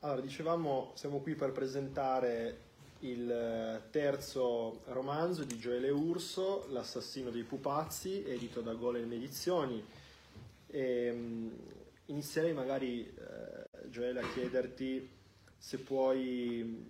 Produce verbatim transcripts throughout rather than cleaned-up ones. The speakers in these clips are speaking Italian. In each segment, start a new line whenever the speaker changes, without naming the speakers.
Allora, dicevamo, siamo qui per presentare il terzo romanzo di Gioele Urso, L'assassino dei pupazzi, edito da Golem Edizioni. E, um, inizierei magari, eh, Gioele, a chiederti se puoi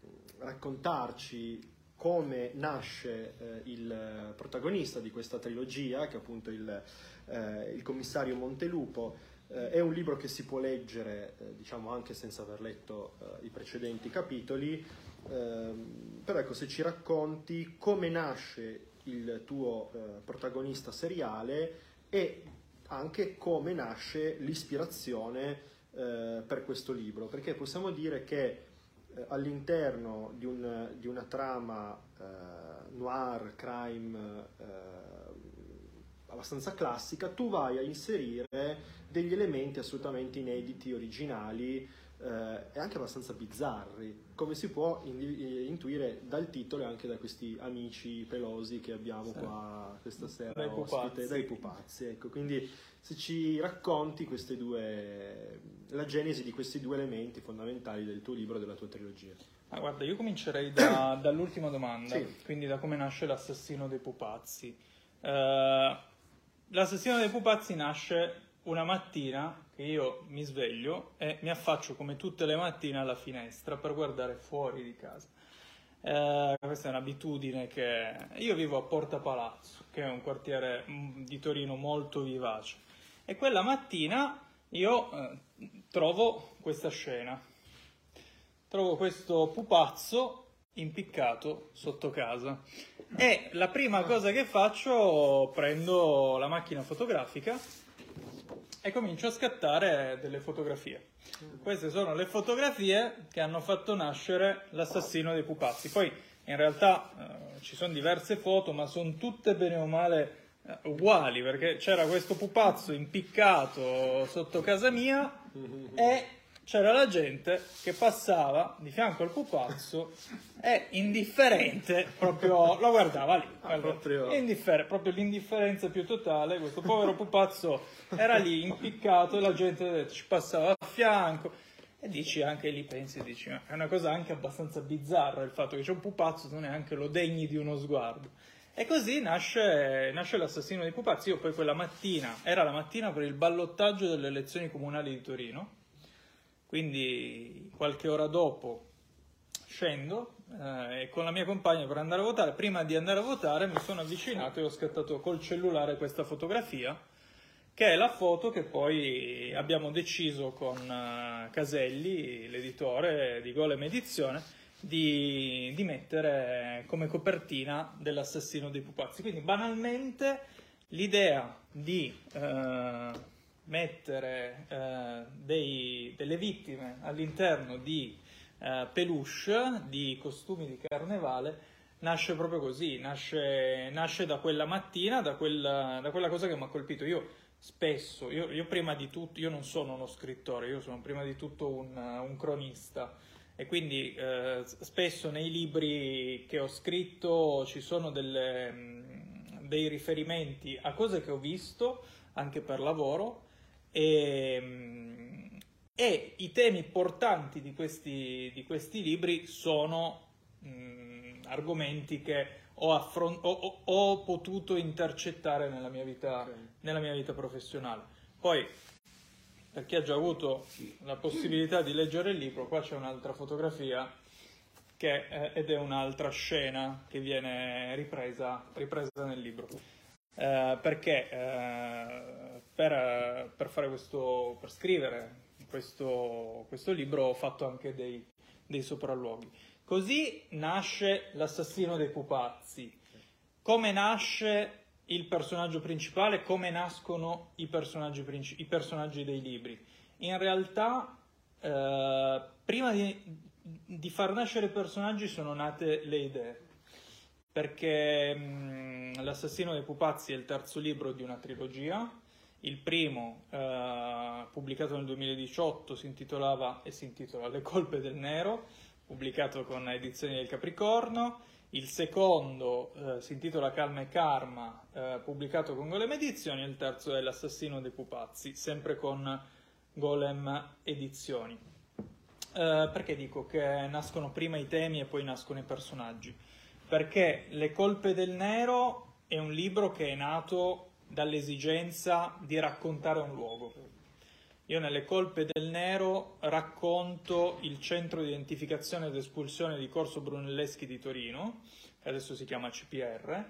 raccontarci come nasce eh, il protagonista di questa trilogia, che è appunto il, eh, il commissario Montelupo. Eh, è un libro che si può leggere, eh, diciamo, anche senza aver letto eh, i precedenti capitoli, eh, però ecco, se ci racconti come nasce il tuo eh, protagonista seriale e anche come nasce l'ispirazione eh, per questo libro, perché possiamo dire che eh, all'interno di, un, di una trama eh, noir, crime, eh, abbastanza classica, tu vai a inserire degli elementi assolutamente inediti, originali eh, e anche abbastanza bizzarri, come si può intuire dal titolo e anche da questi amici pelosi che abbiamo sì. qua questa sera
dai
ospite,
pupazzi.
dai pupazzi. Ecco, quindi se ci racconti queste due, la genesi di questi due elementi fondamentali del tuo libro e della tua trilogia.
Ah, guarda, io comincerei da, dall'ultima domanda,
sì.
quindi da come nasce l'assassino dei pupazzi. Uh, l'assassino dei pupazzi nasce una mattina che io mi sveglio e mi affaccio come tutte le mattine alla finestra per guardare fuori di casa. Eh, questa è un'abitudine che... Io vivo a Porta Palazzo, che è un quartiere di Torino molto vivace, e quella mattina io eh, trovo questa scena. Trovo questo pupazzo impiccato sotto casa e la prima cosa che faccio, prendo la macchina fotografica e comincio a scattare delle fotografie. Queste sono le fotografie che hanno fatto nascere l'assassino dei pupazzi. Poi in realtà eh, ci sono diverse foto, ma sono tutte bene o male eh, uguali, perché c'era questo pupazzo impiccato sotto casa mia e c'era la gente che passava di fianco al pupazzo e indifferente proprio lo guardava lì,
ah, proprio...
Indiffer- proprio l'indifferenza più totale. Questo povero pupazzo era lì impiccato e la gente ci passava a fianco e dici anche lì, pensi e dici, è una cosa anche abbastanza bizzarra il fatto che c'è un pupazzo, non è anche lo degni di uno sguardo. E così nasce, nasce l'assassino dei pupazzi. Io poi quella mattina, era la mattina per il ballottaggio delle elezioni comunali di Torino, quindi qualche ora dopo scendo eh, e con la mia compagna per andare a votare. Prima di andare a votare mi sono avvicinato e ho scattato col cellulare questa fotografia, che è la foto che poi abbiamo deciso con uh, Caselli, l'editore di Golem Edizione, di, di mettere come copertina dell'assassino dei pupazzi. Quindi banalmente l'idea di... Uh, mettere eh, dei, delle vittime all'interno di eh, peluche, di costumi di carnevale, nasce proprio così, nasce, nasce da quella mattina, da quella, da quella cosa che mi ha colpito. Io spesso, io, io prima di tutto, io non sono uno scrittore, io sono prima di tutto un, un cronista, e quindi eh, spesso nei libri che ho scritto ci sono delle, dei riferimenti a cose che ho visto anche per lavoro. E, e i temi portanti di questi, di questi libri sono mh, argomenti che ho, affron- ho, ho, ho potuto intercettare nella mia vita, okay. nella mia vita professionale. Poi, per chi ha già avuto la possibilità di leggere il libro, qua c'è un'altra fotografia che, eh, ed è un'altra scena che viene ripresa, ripresa nel libro. Eh, perché eh, per, per fare questo, per scrivere questo, questo libro ho fatto anche dei, dei sopralluoghi. Così nasce l'assassino dei pupazzi. Come nasce il personaggio principale? Come nascono i personaggi, princi- i personaggi dei libri? In realtà eh, prima di, di far nascere i personaggi sono nate le idee, perché mh, L'assassino dei pupazzi è il terzo libro di una trilogia. Il primo, eh, pubblicato nel duemiladiciotto, si intitolava e si intitola Le colpe del nero, pubblicato con Edizioni del Capricorno. Il secondo eh, si intitola Calma e Karma, eh, pubblicato con Golem Edizioni. E il terzo è L'assassino dei pupazzi, sempre con Golem Edizioni. Eh, perché dico che nascono prima i temi e poi nascono i personaggi? Perché Le colpe del nero è un libro che è nato dall'esigenza di raccontare un luogo. Io nelle colpe del nero racconto il centro di identificazione ed espulsione di Corso Brunelleschi di Torino, che adesso si chiama C P R,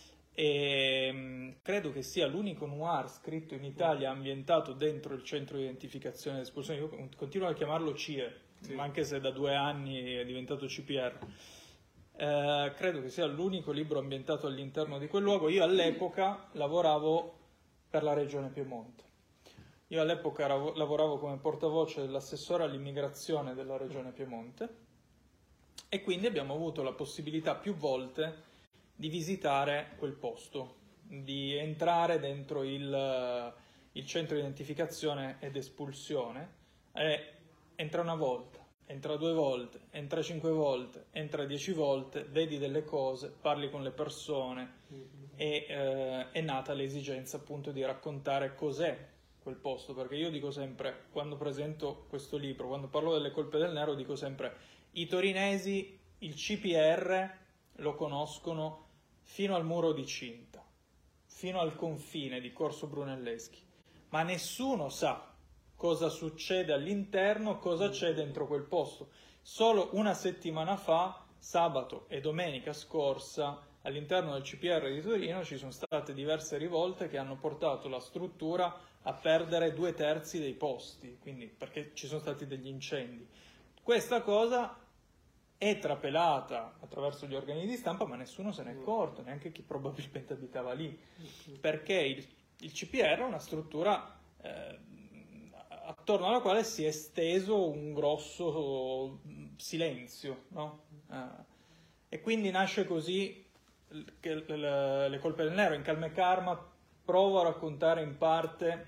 e mh, credo che sia l'unico noir scritto in Italia ambientato dentro il centro di identificazione ed espulsione. Io continuo a chiamarlo C I E, sì, anche se da due anni è diventato C P R. Eh, credo che sia l'unico libro ambientato all'interno di quel luogo. Io all'epoca lavoravo per la Regione Piemonte. Io all'epoca lavoravo come portavoce dell'assessore all'immigrazione della Regione Piemonte e quindi abbiamo avuto la possibilità più volte di visitare quel posto, di entrare dentro il, il centro di identificazione ed espulsione e entra una volta, entra due volte, entra cinque volte, entra dieci volte, vedi delle cose, parli con le persone e eh, è nata l'esigenza appunto di raccontare cos'è quel posto, perché io dico sempre, quando presento questo libro, quando parlo delle colpe del nero, dico sempre i torinesi il C P R lo conoscono fino al muro di Cinta, fino al confine di Corso Brunelleschi, ma nessuno sa cosa succede all'interno, cosa c'è dentro quel posto. Solo una settimana fa, sabato e domenica scorsa, all'interno del C P R di Torino ci sono state diverse rivolte che hanno portato la struttura a perdere due terzi dei posti, quindi perché ci sono stati degli incendi. Questa cosa è trapelata attraverso gli organi di stampa, ma nessuno se n'è accorto, neanche chi probabilmente abitava lì, perché il, il C P R è una struttura eh, attorno alla quale si è esteso un grosso silenzio, no? Eh, e quindi nasce così che le, le colpe del nero. In Calma e Karma provo a raccontare in parte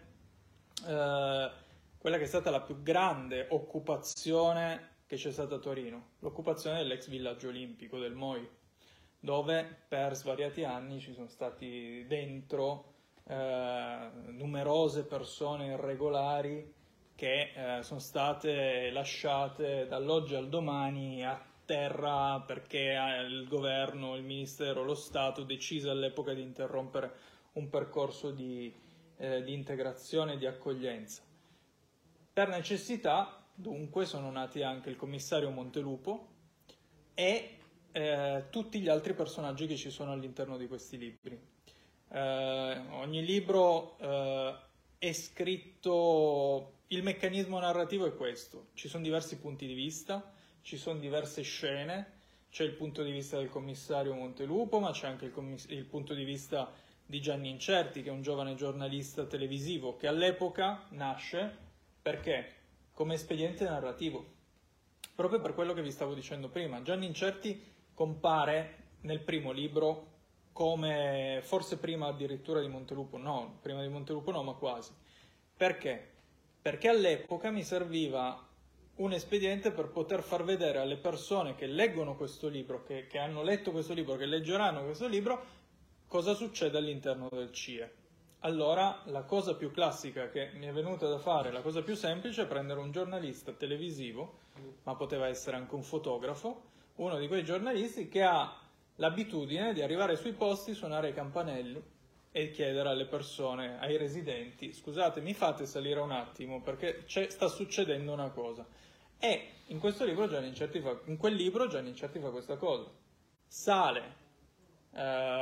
eh, quella che è stata la più grande occupazione che c'è stata a Torino, l'occupazione dell'ex villaggio olimpico del M O I, dove per svariati anni ci sono stati dentro eh, numerose persone irregolari che eh, sono state lasciate dall'oggi al domani a terra perché il governo, il ministero, lo Stato decise all'epoca di interrompere un percorso di, eh, di integrazione e di accoglienza. Per necessità, dunque, sono nati anche il commissario Montelupo e eh, tutti gli altri personaggi che ci sono all'interno di questi libri. Eh, ogni libro eh, è scritto, il meccanismo narrativo è questo, ci sono diversi punti di vista, ci sono diverse scene, c'è il punto di vista del commissario Montelupo, ma c'è anche il, commiss- il punto di vista di Gianni Incerti, che è un giovane giornalista televisivo che all'epoca nasce perché? Come espediente narrativo, proprio per quello che vi stavo dicendo prima. Gianni Incerti compare nel primo libro come, forse prima addirittura di Montelupo, no, prima di Montelupo no, ma quasi. Perché? Perché all'epoca mi serviva un espediente per poter far vedere alle persone che leggono questo libro, che, che hanno letto questo libro, che leggeranno questo libro, cosa succede all'interno del C I E. Allora, la cosa più classica che mi è venuta da fare, la cosa più semplice, è prendere un giornalista televisivo, ma poteva essere anche un fotografo, uno di quei giornalisti che ha l'abitudine di arrivare sui posti, suonare i campanelli e chiedere alle persone, ai residenti, scusate, mi fate salire un attimo perché c'è, sta succedendo una cosa. E in questo libro Gianni Incerti fa, in quel libro Gianni Incerti fa questa cosa. Sale Uh,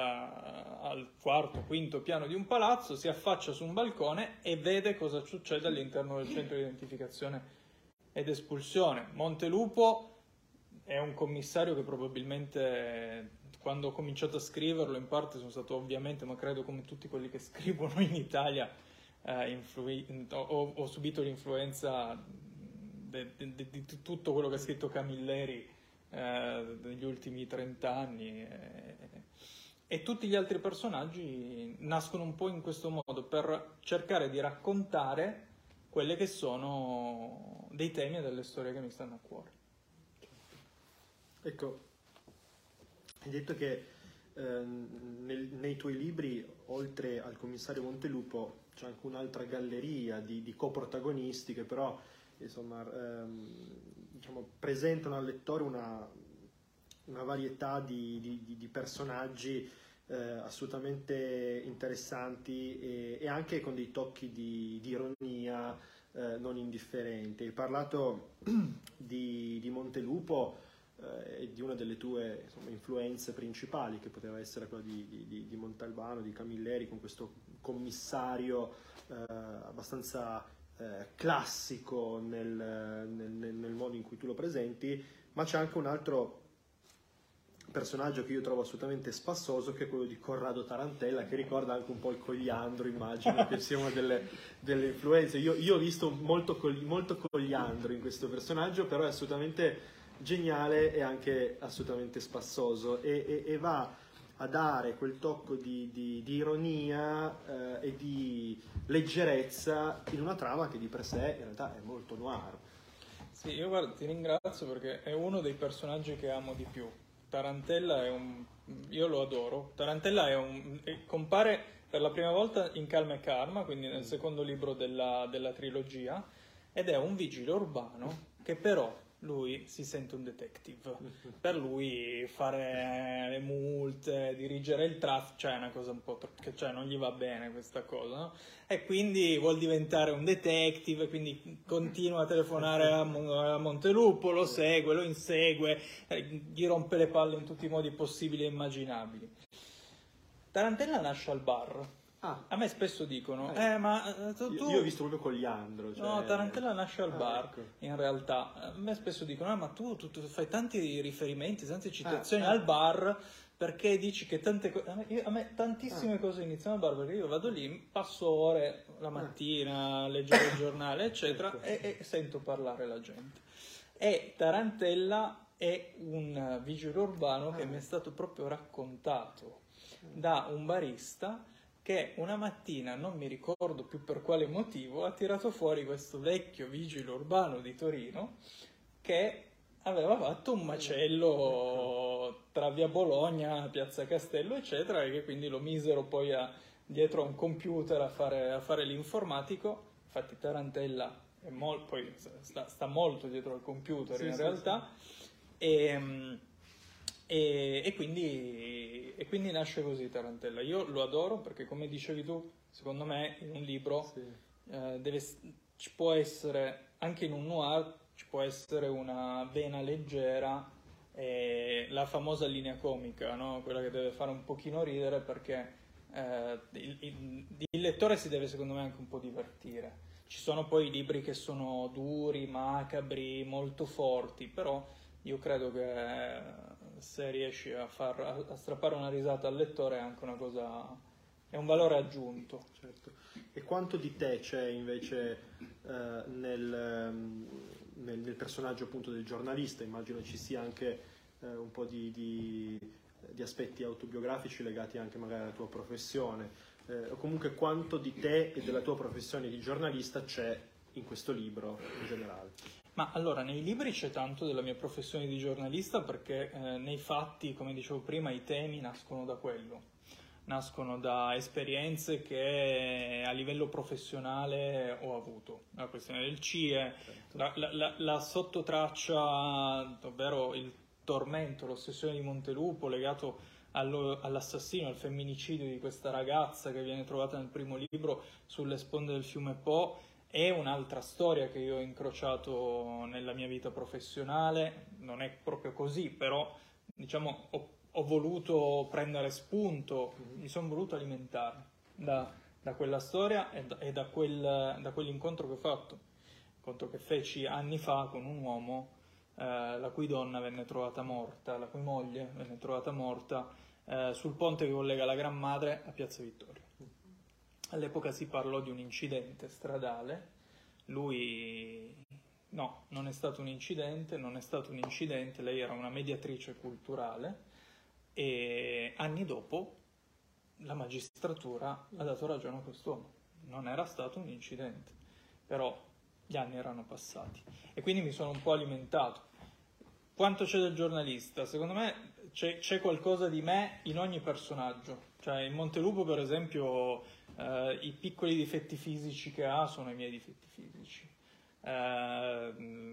al quarto, quinto piano di un palazzo, si affaccia su un balcone e vede cosa succede all'interno del centro di identificazione ed espulsione. Montelupo è un commissario che probabilmente, quando ho cominciato a scriverlo, in parte sono stato ovviamente, ma credo come tutti quelli che scrivono in Italia, uh, influ- ho, ho subito l'influenza di tutto quello che ha scritto Camilleri eh, negli ultimi trent'anni eh, e tutti gli altri personaggi nascono un po' in questo modo, per cercare di raccontare quelle che sono dei temi e delle storie che mi stanno a cuore.
Ecco, hai detto che eh, nel, nei tuoi libri, oltre al commissario Montelupo, c'è anche un'altra galleria di, di coprotagonisti che però insomma, ehm, diciamo, presentano al lettore una, una varietà di, di, di personaggi eh, assolutamente interessanti e, e anche con dei tocchi di, di ironia eh, non indifferenti. Hai parlato di, di Montelupo e eh, di una delle tue, insomma, influenze principali, che poteva essere quella di, di, di Montalbano, di Camilleri, con questo commissario eh, abbastanza eh, classico nel, nel, nel modo in cui tu lo presenti, ma c'è anche un altro personaggio che io trovo assolutamente spassoso, che è quello di Corrado Tarantella, che ricorda anche un po' il Cogliandro, immagino che sia una delle, delle influenze. Io, io ho visto molto, molto Cogliandro in questo personaggio, però è assolutamente geniale e anche assolutamente spassoso, e, e, e va a dare quel tocco di, di, di ironia eh, e di leggerezza in una trama che di per sé in realtà è molto noir.
Sì, io guarda, ti ringrazio perché è uno dei personaggi che amo di più. Tarantella è un... io lo adoro. Tarantella è un... compare per la prima volta in Calma e Karma, quindi nel secondo libro della, della trilogia, ed è un vigile urbano che però lui si sente un detective. Per lui fare le multe, dirigere il traffico, cioè è una cosa un po' troppo, cioè non gli va bene questa cosa, no? E quindi vuol diventare un detective, quindi continua a telefonare a, a Montelupo, lo segue, lo insegue, eh, gli rompe le palle in tutti i modi possibili e immaginabili. Tarantella nasce al bar. Ah. A me spesso dicono, eh, eh ma tu,
io, io ho visto proprio Cogliandro. Cioè...
No, Tarantella nasce al
ah,
bar,
ecco.
In realtà. A me spesso dicono, ah, ma tu, tu, tu fai tanti riferimenti, tante citazioni
ah,
al bar, perché dici che tante cose... A, a me tantissime ah. cose iniziano al bar, perché io vado lì, passo ore la mattina, a leggere il giornale, eccetera, ecco. e, e sento parlare la gente. E Tarantella è un vigile urbano ah. che mi è stato proprio raccontato da un barista che una mattina, non mi ricordo più per quale motivo, ha tirato fuori questo vecchio vigile urbano di Torino che aveva fatto un macello tra via Bologna, piazza Castello, eccetera, e che quindi lo misero poi a, dietro a un computer a fare, a fare l'informatico. Infatti Tarantella è mol, poi sta, sta molto dietro al computer sì, in sì, realtà, sì. E... E, e, quindi, e quindi nasce così Tarantella. Io lo adoro perché, come dicevi tu, secondo me in un libro sì. eh, deve, ci può essere, anche in un noir, ci può essere una vena leggera, e la famosa linea comica, no? Quella che deve fare un pochino ridere, perché eh, il, il, il lettore si deve, secondo me, anche un po' divertire. Ci sono poi libri che sono duri, macabri, molto forti, però io credo che se riesci a, far, a strappare una risata al lettore è anche una cosa, è un valore aggiunto.
Certo. E quanto di te c'è invece eh, nel, nel, nel personaggio appunto del giornalista? Immagino ci sia anche eh, un po' di, di, di aspetti autobiografici legati anche magari alla tua professione, eh, o comunque quanto di te e della tua professione di giornalista c'è in questo libro in generale?
Ma allora, nei libri c'è tanto della mia professione di giornalista, perché eh, nei fatti, come dicevo prima, i temi nascono da quello, nascono da esperienze che a livello professionale ho avuto. La questione del C I E, certo. la, la, la, la sottotraccia, ovvero il tormento, l'ossessione di Montelupo legato allo, all'assassino, al femminicidio di questa ragazza che viene trovata nel primo libro sulle sponde del fiume Po. È un'altra storia che io ho incrociato nella mia vita professionale, non è proprio così, però diciamo ho, ho voluto prendere spunto, mi sono voluto alimentare da, da quella storia e, da, e da, quel, da quell'incontro che ho fatto, incontro che feci anni fa con un uomo eh, la cui donna venne trovata morta, la cui moglie venne trovata morta eh, sul ponte che collega la Gran Madre a Piazza Vittorio. All'epoca si parlò di un incidente stradale, lui no, non è stato un incidente, non è stato un incidente, lei era una mediatrice culturale e anni dopo la magistratura ha dato ragione a quest'uomo, non era stato un incidente, però gli anni erano passati e quindi mi sono un po' alimentato. Quanto c'è del giornalista? Secondo me c'è, c'è qualcosa di me in ogni personaggio, cioè in Montelupo per esempio... Uh, i piccoli difetti fisici che ha sono i miei difetti fisici, eh,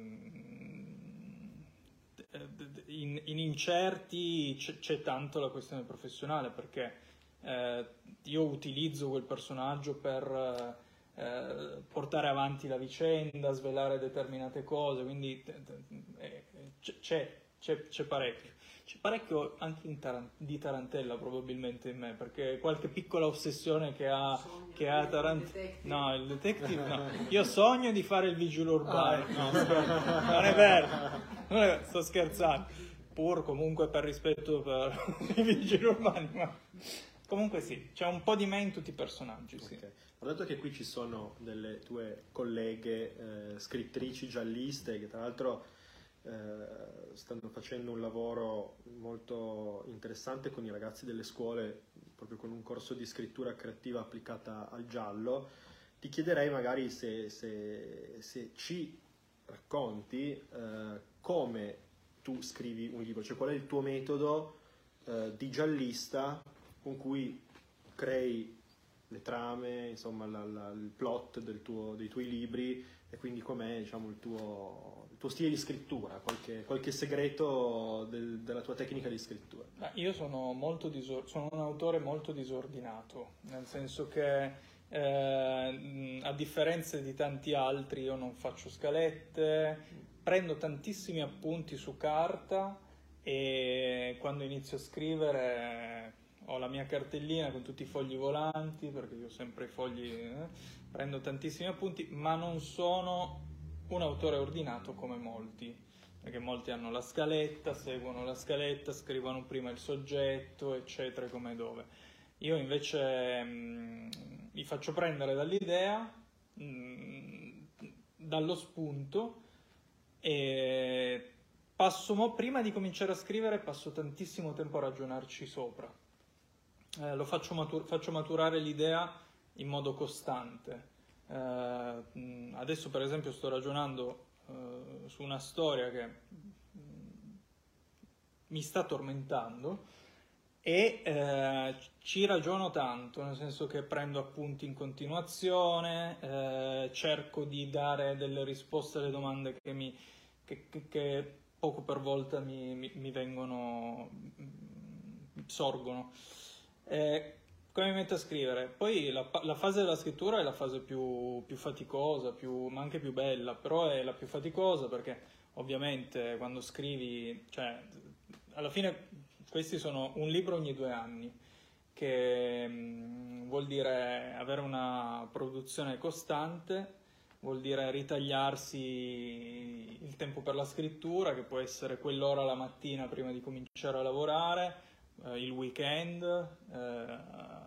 in, in incerti c'è, c'è tanto la questione professionale, perché eh, io utilizzo quel personaggio per eh, portare avanti la vicenda, svelare determinate cose, quindi eh, c'è, c'è, c'è parecchio. C'è parecchio anche in Taran- di Tarantella probabilmente in me, perché qualche piccola ossessione che ha, che ha Tarantella. No, il detective no. Io sogno di fare il vigile urbano. No, non è vero. Non è vero, sto scherzando. Pur comunque per rispetto per i vigili urbani, ma comunque sì, c'è un po' di me in tutti i personaggi, sì.
Okay. Ho detto che qui ci sono delle tue colleghe eh, scrittrici gialliste che tra l'altro Eh, stanno facendo un lavoro molto interessante con i ragazzi delle scuole, proprio con un corso di scrittura creativa applicata al giallo. Ti chiederei magari se, se, se ci racconti eh, come tu scrivi un libro, cioè qual è il tuo metodo eh, di giallista con cui crei le trame, insomma la, la, il plot del tuo, dei tuoi libri, e quindi com'è, diciamo, il tuo, il tuo stile di scrittura, qualche, qualche segreto del, della tua tecnica di scrittura.
Beh, io sono, molto disor- sono un autore molto disordinato, nel senso che eh, a differenza di tanti altri io non faccio scalette, prendo tantissimi appunti su carta e quando inizio a scrivere ho la mia cartellina con tutti i fogli volanti, perché io ho sempre i fogli, eh, prendo tantissimi appunti, ma non sono un autore ordinato come molti, perché molti hanno la scaletta, seguono la scaletta, scrivono prima il soggetto, eccetera, come dove. Io invece mh, mi faccio prendere dall'idea, mh, dallo spunto, e passo, mo, prima di cominciare a scrivere, passo tantissimo tempo a ragionarci sopra. Eh, lo faccio, matur- faccio maturare l'idea in modo costante. Eh, adesso per esempio sto ragionando eh, su una storia che mh, mi sta tormentando e eh, ci ragiono tanto, nel senso che prendo appunti in continuazione, eh, cerco di dare delle risposte alle domande che, mi, che, che, che poco per volta mi, mi, mi vengono, mi sorgono. Eh, come mi metto a scrivere? Poi la, la fase della scrittura è la fase più, più faticosa, più, ma anche più bella, però è la più faticosa perché ovviamente quando scrivi, cioè alla fine questi sono un libro ogni due anni, che mh, vuol dire avere una produzione costante, vuol dire ritagliarsi il tempo per la scrittura, che può essere quell'ora la mattina prima di cominciare a lavorare, Uh, il weekend, uh,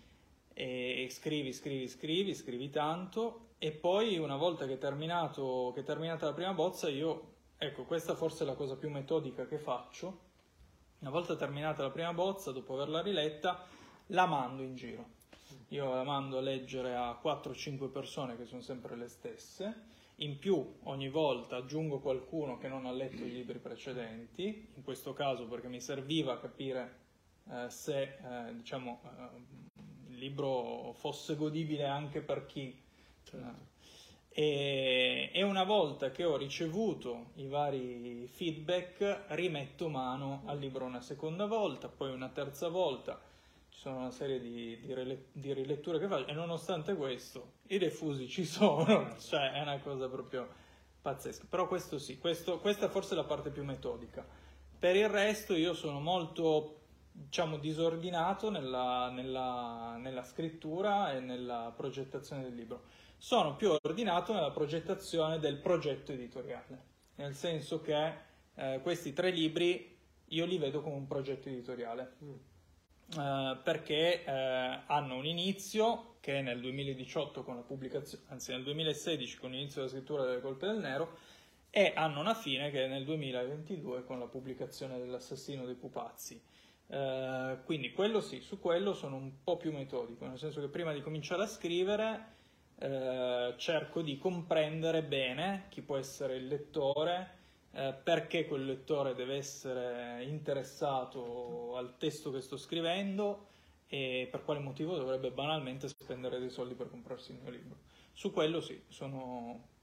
e, e scrivi, scrivi, scrivi, scrivi tanto, e poi una volta che è terminato, che è terminata la prima bozza, io, ecco, questa forse è la cosa più metodica che faccio, una volta terminata la prima bozza, dopo averla riletta, la mando in giro. Io la mando a leggere a quattro o cinque persone che sono sempre le stesse. In più, ogni volta aggiungo qualcuno che non ha letto i libri precedenti, in questo caso perché mi serviva capire eh, se eh, diciamo, eh, il libro fosse godibile anche per chi. Certo. Eh, e, e una volta che ho ricevuto i vari feedback, rimetto mano al libro una seconda volta, poi una terza volta. Ci sono una serie di, di, rele, di riletture che faccio, e nonostante questo i refusi ci sono, cioè è una cosa proprio pazzesca. Però questo sì, questo, questa forse è la parte più metodica. Per il resto io sono molto, diciamo, disordinato nella, nella, nella scrittura e nella progettazione del libro. Sono più ordinato nella progettazione del progetto editoriale, nel senso che eh, questi tre libri io li vedo come un progetto editoriale. Mm. Uh, perché uh, hanno un inizio che è nel duemiladiciotto con la pubblicazione, anzi nel duemilasedici con l'inizio della scrittura delle Colpe del Nero, e hanno una fine che è nel duemilaventidue con la pubblicazione dell'Assassino dei Pupazzi. Uh, quindi quello sì, su quello sono un po' più metodico, nel senso che prima di cominciare a scrivere uh, cerco di comprendere bene chi può essere il lettore, Eh, perché quel lettore deve essere interessato al testo che sto scrivendo e per quale motivo dovrebbe banalmente spendere dei soldi per comprarsi il mio libro. Su quello sì, sono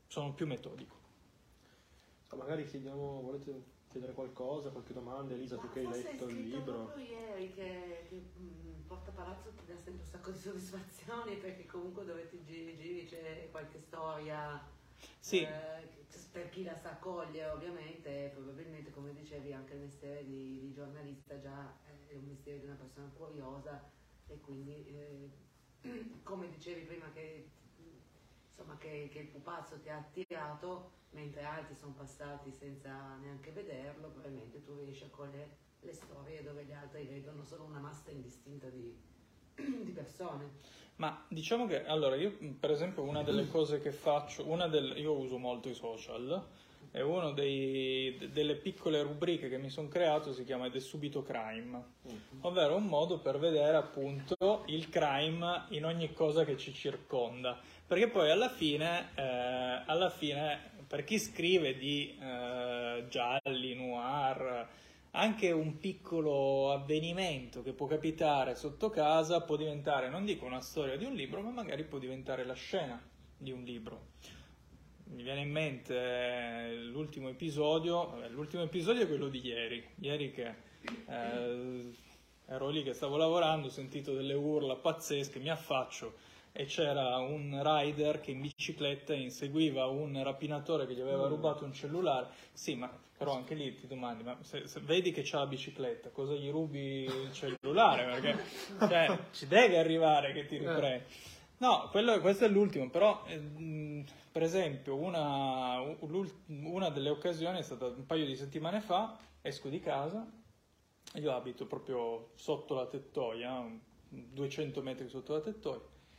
sono più metodico.
Magari chiediamo, volete chiedere qualcosa, qualche domanda? Elisa,
Ma
tu che hai letto il libro.
proprio ieri che, che mh, Porta Palazzo ti dà sempre un sacco di soddisfazioni, perché comunque dove ti giri, giri c'è qualche storia,
sì.
eh, per chi la sa cogliere ovviamente. Probabilmente, come dicevi, anche il mestiere di, di giornalista già è un mestiere di una persona curiosa, e quindi eh, come dicevi prima che, insomma, che, che il pupazzo ti ha attirato, mentre altri sono passati senza neanche vederlo, probabilmente tu riesci a cogliere le storie dove gli altri vedono solo una massa indistinta di, di persone.
Ma diciamo che, allora, io per esempio una delle cose che faccio, una del, io uso molto i social, e una delle piccole rubriche che mi sono creato si chiama The Subito Crime, ovvero un modo per vedere appunto il crime in ogni cosa che ci circonda, perché poi alla fine, eh, alla fine per chi scrive di eh, gialli, noir, anche un piccolo avvenimento che può capitare sotto casa può diventare, non dico una storia di un libro, ma magari può diventare la scena di un libro. Mi viene in mente l'ultimo episodio, vabbè, l'ultimo episodio è quello di ieri, ieri che eh, ero lì che stavo lavorando, ho sentito delle urla pazzesche, mi affaccio e c'era un rider che in bicicletta inseguiva un rapinatore che gli aveva rubato un cellulare. Sì, ma però anche lì ti domandi, ma se, se vedi che c'ha la bicicletta, cosa gli rubi il cellulare? Perché cioè, ci deve arrivare che ti riprendi. No, quello, questo è l'ultimo, però eh, per esempio una, una delle occasioni è stata un paio di settimane fa, esco di casa, io abito proprio sotto la tettoia, duecento metri sotto la tettoia,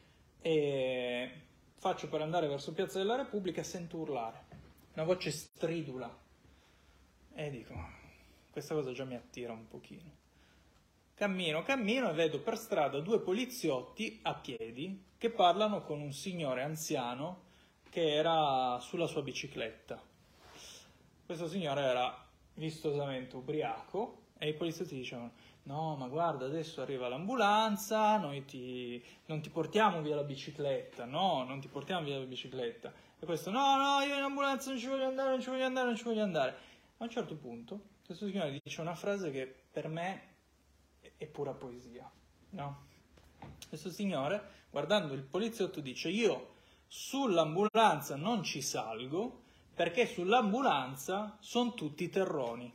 e faccio per andare verso Piazza della Repubblica e sento urlare, una voce stridula, e dico, questa cosa già mi attira un pochino. Cammino, cammino e vedo per strada due poliziotti a piedi che parlano con un signore anziano che era sulla sua bicicletta. Questo signore era vistosamente ubriaco e i poliziotti dicevano: no, ma guarda, adesso arriva l'ambulanza, noi ti, non ti portiamo via la bicicletta, no, non ti portiamo via la bicicletta. E questo: no, no, io in ambulanza non ci voglio andare, non ci voglio andare, non ci voglio andare. A un certo punto questo signore dice una frase che per me è pura poesia, no? Questo signore, guardando il poliziotto, dice: io sull'ambulanza non ci salgo perché sull'ambulanza sono tutti terroni.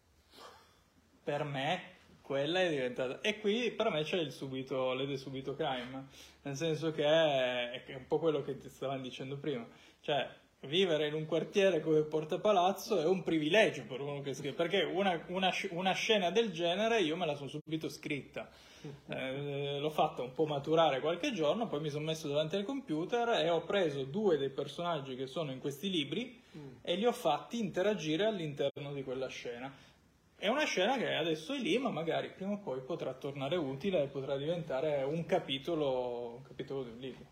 Per me quella è diventata, e qui per me c'è il subito, l'ede subito crime, nel senso che è, è un po' quello che ti stavano dicendo prima, cioè vivere in un quartiere come Porta Palazzo è un privilegio per uno che scrive, perché una, una, una scena del genere io me la sono subito scritta, eh, l'ho fatta un po' maturare qualche giorno, poi mi sono messo davanti al computer e ho preso due dei personaggi che sono in questi libri mm. e li ho fatti interagire all'interno di quella scena. È una scena che adesso è lì, ma magari prima o poi potrà tornare utile e potrà diventare un capitolo, un capitolo di un libro.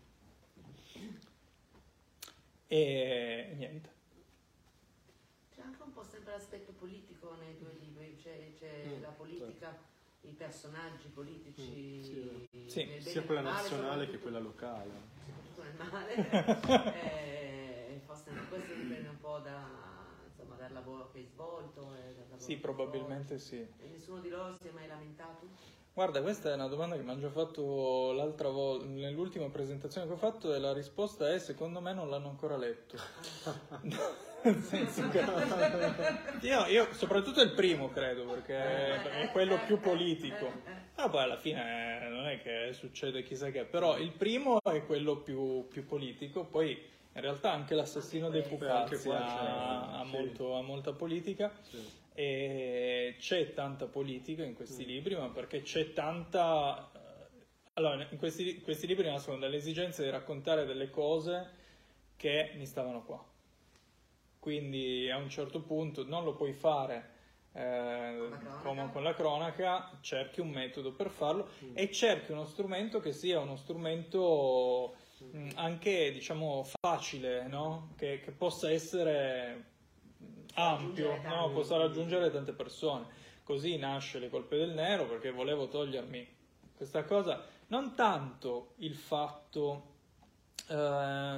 E niente.
C'è anche un po' sempre l'aspetto politico nei tuoi libri, c'è, c'è mm, la politica, certo. I personaggi politici,
mm, sì.
Sì.
Sia quella nazionale che quella locale.
Soprattutto nel male. E forse questo dipende un po' da, insomma, dal lavoro che hai svolto. E dal lavoro
sì, probabilmente sì.
E nessuno di loro si è mai lamentato?
Guarda, questa è una domanda che mi hanno già fatto l'altra volta, nell'ultima presentazione che ho fatto, e la risposta è: secondo me non l'hanno ancora letto. Nel senso che io, io soprattutto il primo credo, perché è quello più politico, però poi alla fine non è che succede chissà che, però il primo è quello più, più politico, poi in realtà anche l'assassino dei pupazzi ha, ha,
sì.
molto, ha molta politica. Sì. E c'è tanta politica in questi mm. libri, ma perché c'è tanta... Allora, in questi, questi libri nascono dalle esigenze di raccontare delle cose che mi stavano qua. Quindi a un certo punto non lo puoi fare eh, come con la cronaca, cerchi un metodo per farlo mm. e cerchi uno strumento che sia uno strumento mh, anche, diciamo, facile, no? Che, che possa essere... ampio, no? Possa raggiungere tante persone. Così nasce Le colpe del nero, perché volevo togliermi questa cosa, non tanto il fatto eh,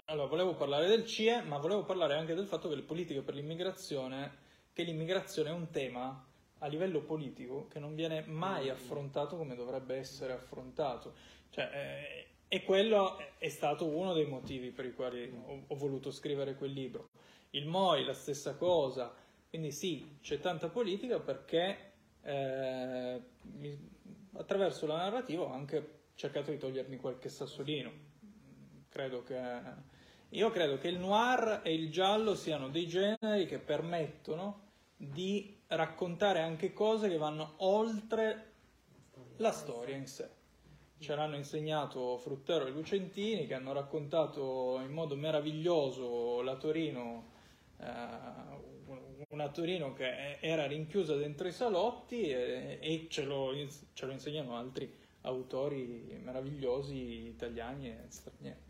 Allora, volevo parlare del C I E, ma volevo parlare anche del fatto che le politiche per l'immigrazione, che l'immigrazione è un tema a livello politico che non viene mai affrontato come dovrebbe essere affrontato. Cioè, eh, e quello è stato uno dei motivi per i quali ho, ho voluto scrivere quel libro. Il M O I, la stessa cosa. Quindi sì, c'è tanta politica perché eh, mi, attraverso la narrativa ho anche cercato di togliermi qualche sassolino. Credo che... Io credo che il noir e il giallo siano dei generi che permettono di raccontare anche cose che vanno oltre la storia in sé. Ce l'hanno insegnato Fruttero e Lucentini, che hanno raccontato in modo meraviglioso la Torino, eh, una Torino che era rinchiusa dentro i salotti, e, e ce, lo, ce lo insegnano altri autori meravigliosi italiani e stranieri.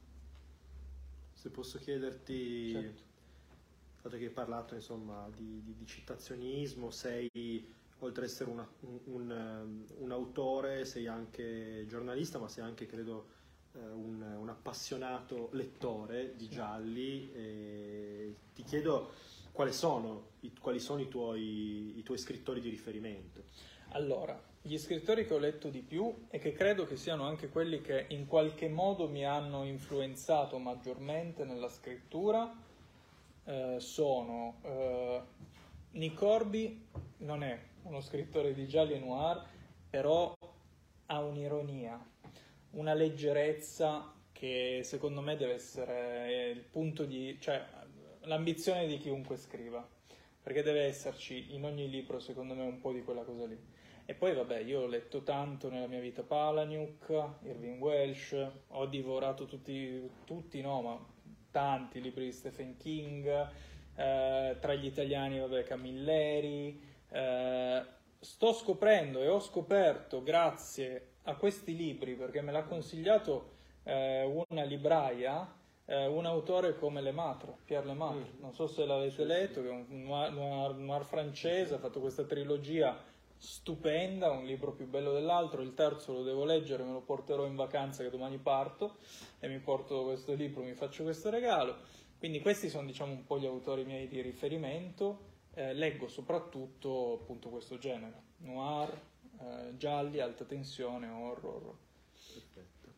Se posso chiederti,
Certo.
dato che hai parlato insomma di, di, di citazionismo, sei, oltre ad essere una, un, un, un autore, sei anche giornalista, ma sei anche, credo, un, un appassionato lettore di gialli. E ti chiedo quali sono, i, quali sono i, tuoi, i tuoi scrittori di riferimento.
Allora, gli scrittori che ho letto di più e che credo che siano anche quelli che in qualche modo mi hanno influenzato maggiormente nella scrittura eh, sono eh, Nick Horby. Non è uno scrittore di gialli e noir, però ha un'ironia, una leggerezza che secondo me deve essere il punto di, cioè l'ambizione di chiunque scriva, perché deve esserci in ogni libro secondo me un po' di quella cosa lì. E poi vabbè, io ho letto tanto nella mia vita: Palahniuk, Irving Welsh, ho divorato tutti, tutti no, ma tanti libri di Stephen King, eh, tra gli italiani vabbè Camilleri. Eh, sto scoprendo e ho scoperto grazie a questi libri, perché me l'ha consigliato eh, una libraia, eh, un autore come Lemaitre, Pierre Lemaitre, mm. non so se l'avete letto, che è un noir, noir, noir francese, ha fatto questa trilogia stupenda, un libro più bello dell'altro. Il terzo lo devo leggere, me lo porterò in vacanza, che domani parto e mi porto questo libro, mi faccio questo regalo. Quindi questi sono, diciamo, un po' gli autori miei di riferimento. Eh, leggo soprattutto appunto questo genere, noir, eh, gialli, alta tensione, horror.
Perfetto.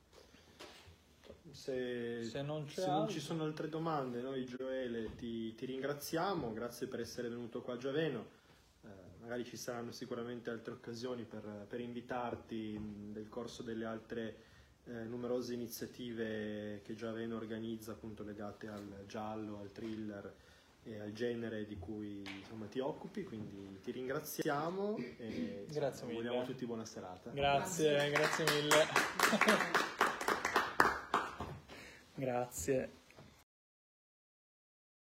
Se,
se, non, c'è
se non ci sono altre domande, noi Gioele ti, ti ringraziamo, grazie per essere venuto qua a Giaveno. Eh, magari ci saranno sicuramente altre occasioni per, per invitarti nel corso delle altre eh, numerose iniziative che Giaveno organizza, appunto legate al giallo, al thriller e al genere di cui insomma ti occupi. Quindi ti ringraziamo e
grazie mille.
Vogliamo a tutti buona serata.
Grazie, grazie mille. Grazie.